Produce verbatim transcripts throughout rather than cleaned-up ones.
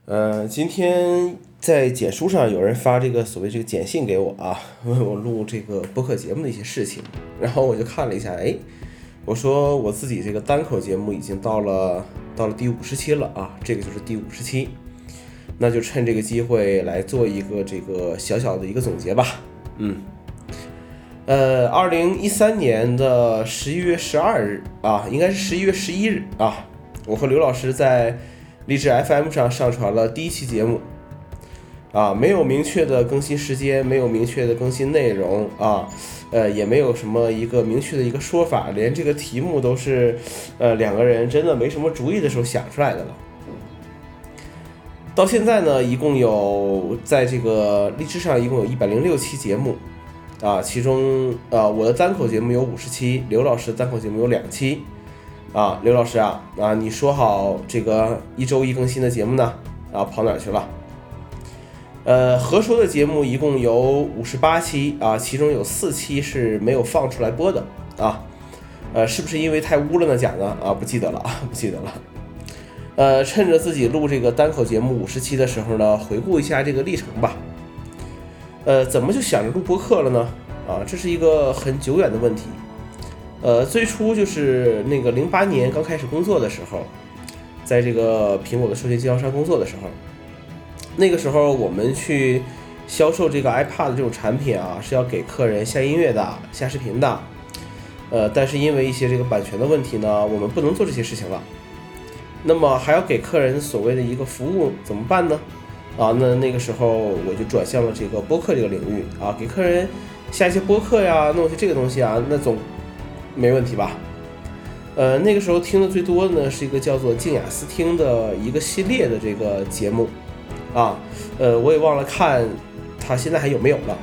呃，今天在简书上有人发这个所谓这个简信给我啊，问我录这个播客节目的一些事情，然后我就看了一下，哎，我说我自己这个单口节目已经到了到了第五十期了啊，这个就是第五十期，那就趁这个机会来做一个这个小小的一个总结吧，嗯，呃，二零一三年的十一月十二日啊，应该是十一月十一日啊，我和刘老师在励志 F M 上上传了第一期节目，啊，没有明确的更新时间，没有明确的更新内容啊，呃，也没有什么一个明确的一个说法，连这个题目都是，呃，两个人真的没什么主意的时候想出来的了。到现在呢，一共有在这个荔枝上一共有一百零六期节目，啊，其中啊我的单口节目有五十期，刘老师的单口节目有两期。啊，刘老师啊，啊，你说好这个一周一更新的节目呢，啊，跑哪去了？呃，合说的节目一共有五十八期啊，其中有四期是没有放出来播的啊，呃，是不是因为太污了呢？讲呢？啊，不记得了，不记得了。呃，趁着自己录这个单口节目五十期的时候呢，回顾一下这个历程吧。呃，怎么就想着录播客了呢？啊，这是一个很久远的问题。呃，最初就是那个零八年刚开始工作的时候，在这个苹果的授权经销商工作的时候，那个时候我们去销售这个 iPad 这种产品啊，是要给客人下音乐的、下视频的。呃，但是因为一些这个版权的问题呢，我们不能做这些事情了。那么还要给客人所谓的一个服务，怎么办呢？啊，那那个时候我就转向了这个播客这个领域啊，给客人下一些播客呀，弄些这个东西啊，那总没问题吧？呃，那个时候听的最多的呢是一个叫做静雅思听的一个系列的这个节目，啊，呃，我也忘了看它现在还有没有了。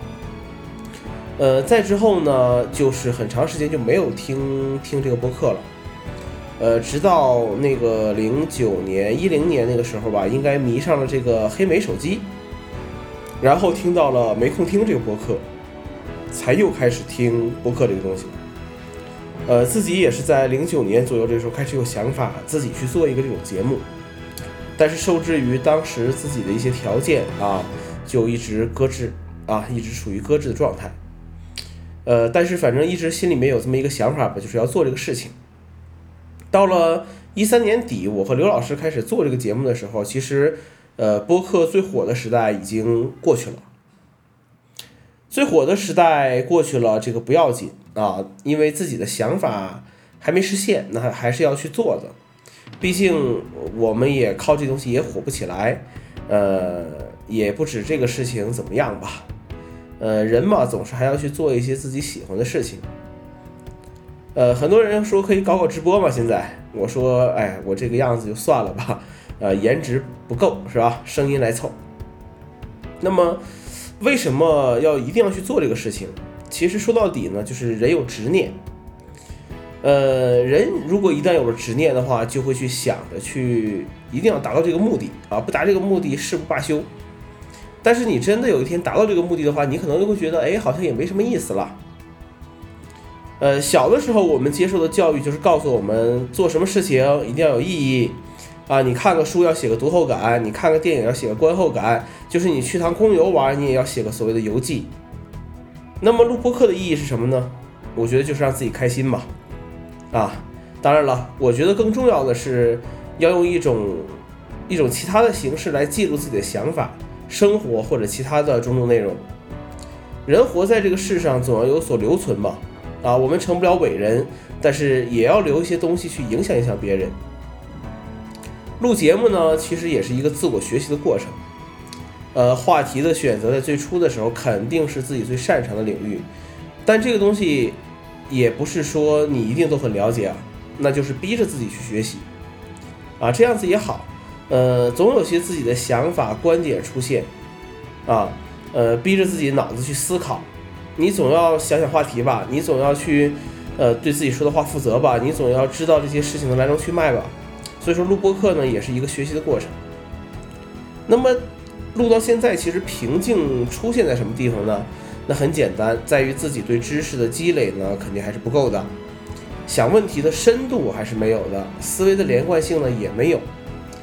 呃，再之后呢，就是很长时间就没有听听这个播客了。呃，直到那个零九年、一零年那个时候吧，应该迷上了这个黑莓手机，然后听到了没空听这个播客，才又开始听播客这个东西。呃，自己也是在零九年左右这个时候开始有想法，自己去做一个这种节目，但是受制于当时自己的一些条件啊，就一直搁置啊，一直处于搁置的状态。呃，但是反正一直心里面有这么一个想法吧，就是要做这个事情。到了一三年底，我和刘老师开始做这个节目的时候，其实呃，播客最火的时代已经过去了。最火的时代过去了，这个不要紧啊，因为自己的想法还没实现，那还是要去做的。毕竟我们也靠这东西也火不起来，呃，也不止这个事情怎么样吧。呃，人嘛，总是还要去做一些自己喜欢的事情。呃，很多人说可以搞搞直播嘛，现在我说，哎，我这个样子就算了吧，呃，颜值不够是吧？声音来凑。那么为什么要一定要去做这个事情？其实说到底呢，就是人有执念。呃，人如果一旦有了执念的话，就会去想着去一定要达到这个目的啊，不达这个目的誓不罢休。但是你真的有一天达到这个目的的话，你可能就会觉得，哎，好像也没什么意思了。呃，小的时候我们接受的教育就是告诉我们，做什么事情一定要有意义。啊，你看个书要写个读后感，你看个电影要写个观后感，就是你去趟公游玩，你也要写个所谓的游记。那么录播客的意义是什么呢？我觉得就是让自己开心嘛。啊，当然了，我觉得更重要的是要用一种一种其他的形式来记录自己的想法、生活或者其他的种种内容。人活在这个世上，总要有所留存嘛。啊，我们成不了伟人，但是也要留一些东西去影响影响别人。录节目呢，其实也是一个自我学习的过程。呃，话题的选择在最初的时候肯定是自己最擅长的领域，但这个东西也不是说你一定都很了解啊，那就是逼着自己去学习啊，这样子也好。呃，总有些自己的想法、观点出现啊，呃，逼着自己脑子去思考。你总要想想话题吧，你总要去呃对自己说的话负责吧，你总要知道这些事情的来龙去脉吧。所以说录播课呢也是一个学习的过程。那么录到现在，其实瓶颈出现在什么地方呢？那很简单，在于自己对知识的积累呢肯定还是不够的，想问题的深度还是没有的，思维的连贯性呢也没有。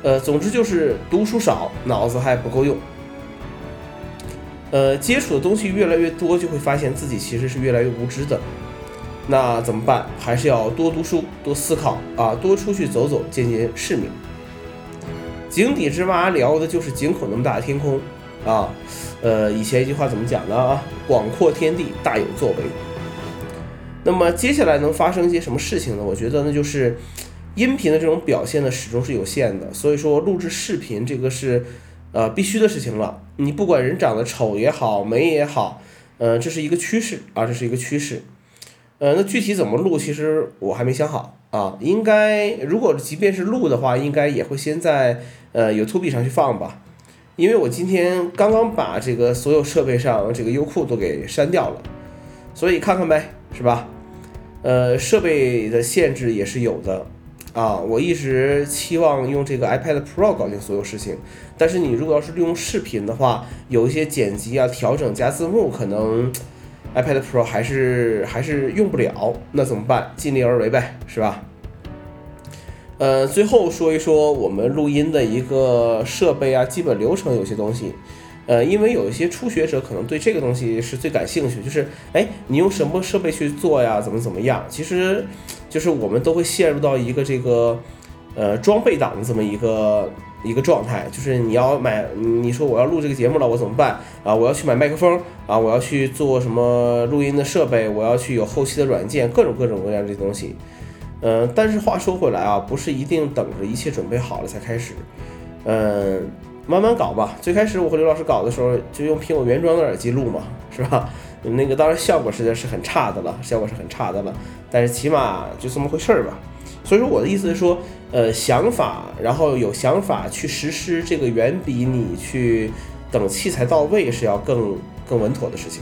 呃，总之就是读书少，脑子还不够用。呃，接触的东西越来越多，就会发现自己其实是越来越无知的。那怎么办？还是要多读书，多思考啊，多出去走走，见见世面。井底之蛙聊的就是井口那么大的天空啊。呃，以前一句话怎么讲呢？啊，广阔天地，大有作为。那么接下来能发生一些什么事情呢？我觉得那就是音频的这种表现呢，始终是有限的，所以说录制视频这个是呃必须的事情了。你不管人长得丑也好，美也好，呃，这是一个趋势啊，这是一个趋势。呃，那具体怎么录，其实我还没想好啊。应该如果即便是录的话，应该也会先在呃 YouTube 上去放吧，因为我今天刚刚把这个所有设备上这个优酷都给删掉了，所以看看呗，是吧？呃，设备的限制也是有的啊。我一直期望用这个 iPad Pro 搞定所有事情，但是你如果要是用视频的话，有一些剪辑啊、调整加字幕，可能 iPad Pro 还是还是用不了，那怎么办？尽力而为呗，是吧？呃，最后说一说我们录音的一个设备啊，基本流程有些东西。呃，因为有一些初学者可能对这个东西是最感兴趣，就是哎，你用什么设备去做呀？怎么怎么样？其实就是我们都会陷入到一个这个呃装备党的这么一个一个状态，就是你要买，你说我要录这个节目了，我怎么办啊？我要去买麦克风啊，我要去做什么录音的设备，我要去有后期的软件，各种各种各样的这些东西。嗯、呃，但是话说回来啊，不是一定等着一切准备好了才开始，嗯、呃。慢慢搞吧。最开始我和刘老师搞的时候，就用苹果原装的耳机录嘛，是吧？那个当然效果实在是很差的了，效果是很差的了。但是起码就这么回事儿吧。所以说我的意思是说，呃，想法，然后有想法去实施，这个远比你去等器材到位是要更更稳妥的事情。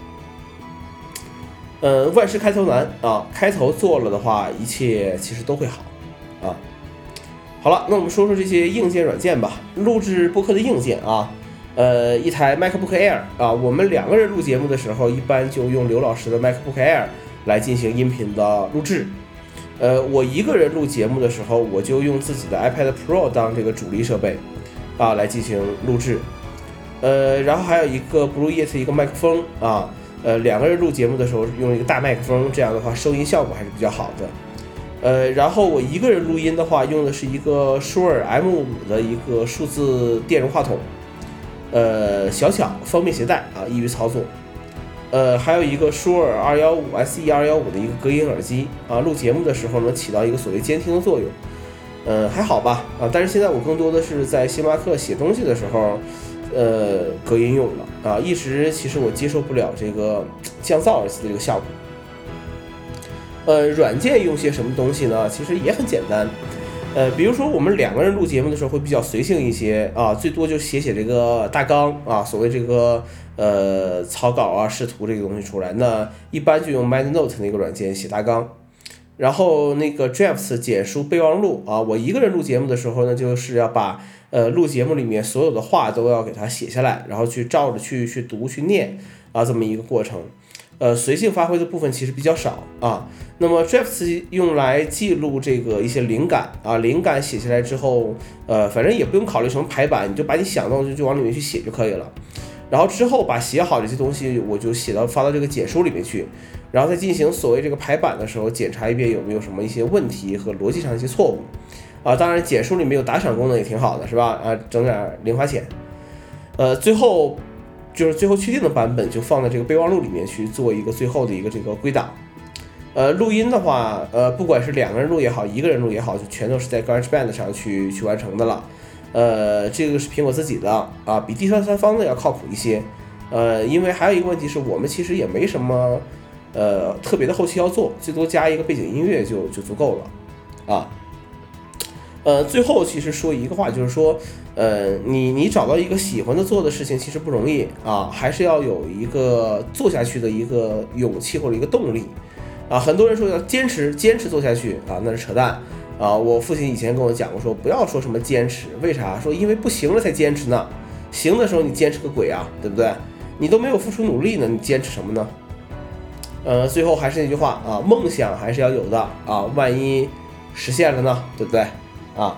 呃，万事开头难啊，开头做了的话，一切其实都会好啊。好了，那我们说说这些硬件软件吧。录制播客的硬件啊，呃，一台 MacBook Air 啊，我们两个人录节目的时候，一般就用刘老师的 MacBook Air 来进行音频的录制。呃，我一个人录节目的时候，我就用自己的 iPad Pro 当这个主力设备啊来进行录制。呃，然后还有一个 Blue Yeti 一个麦克风啊，呃，两个人录节目的时候用一个大麦克风，这样的话收音效果还是比较好的。呃，然后我一个人录音的话，用的是一个舒尔 M 五 的一个数字电容话筒，呃，小巧方便携带啊，易于操作。呃，还有一个舒尔 二一五 S E 二一五的一个隔音耳机啊，录节目的时候能起到一个所谓监听的作用。呃，还好吧啊，但是现在我更多的是在星巴克写东西的时候，呃，隔音用了啊，一直其实我接受不了这个降噪耳机的这个效果。呃，软件用些什么东西呢？其实也很简单，呃，比如说我们两个人录节目的时候会比较随性一些啊，最多就写写这个大纲啊，所谓这个呃草稿啊、视图这个东西出来，那一般就用 MindNote 那个软件写大纲，然后那个 Drafts 简书备忘录啊，我一个人录节目的时候呢，就是要把呃录节目里面所有的话都要给它写下来，然后去照着去去读去念啊，这么一个过程。呃，随性发挥的部分其实比较少啊。那么 Drafts 用来记录这个一些灵感啊，灵感写下来之后，呃，反正也不用考虑什么排版，你就把你想到的就往里面去写就可以了。然后之后把写好这些东西，我就写到发到这个简书里面去，然后再进行所谓这个排版的时候，检查一遍有没有什么一些问题和逻辑上的一些错误啊。当然简书里面有打赏功能也挺好的，是吧？啊，整点零花钱。呃，最后。就是最后确定的版本就放在这个备忘录里面去做一个最后的一个这个归档。呃，录音的话，呃，不管是两个人录也好，一个人录也好，就全都是在 GarageBand 上去去完成的了。呃，这个是苹果自己的啊，比第三方的要靠谱一些。呃，因为还有一个问题是我们其实也没什么呃特别的后期要做，最多加一个背景音乐就就足够了啊。呃，最后其实说一个话，就是说，呃，你你找到一个喜欢的做的事情，其实不容易啊，还是要有一个做下去的一个勇气或者一个动力啊。很多人说要坚持坚持做下去啊，那是扯淡啊。我父亲以前跟我讲过，说不要说什么坚持，为啥？说因为不行了才坚持呢，行的时候你坚持个鬼啊，对不对？你都没有付出努力呢，你坚持什么呢？呃，最后还是那句话啊，梦想还是要有的啊，万一实现了呢，对不对？啊，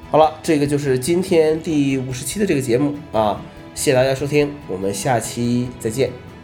好了，这个就是今天第五十期的这个节目啊，谢谢大家收听，我们下期再见。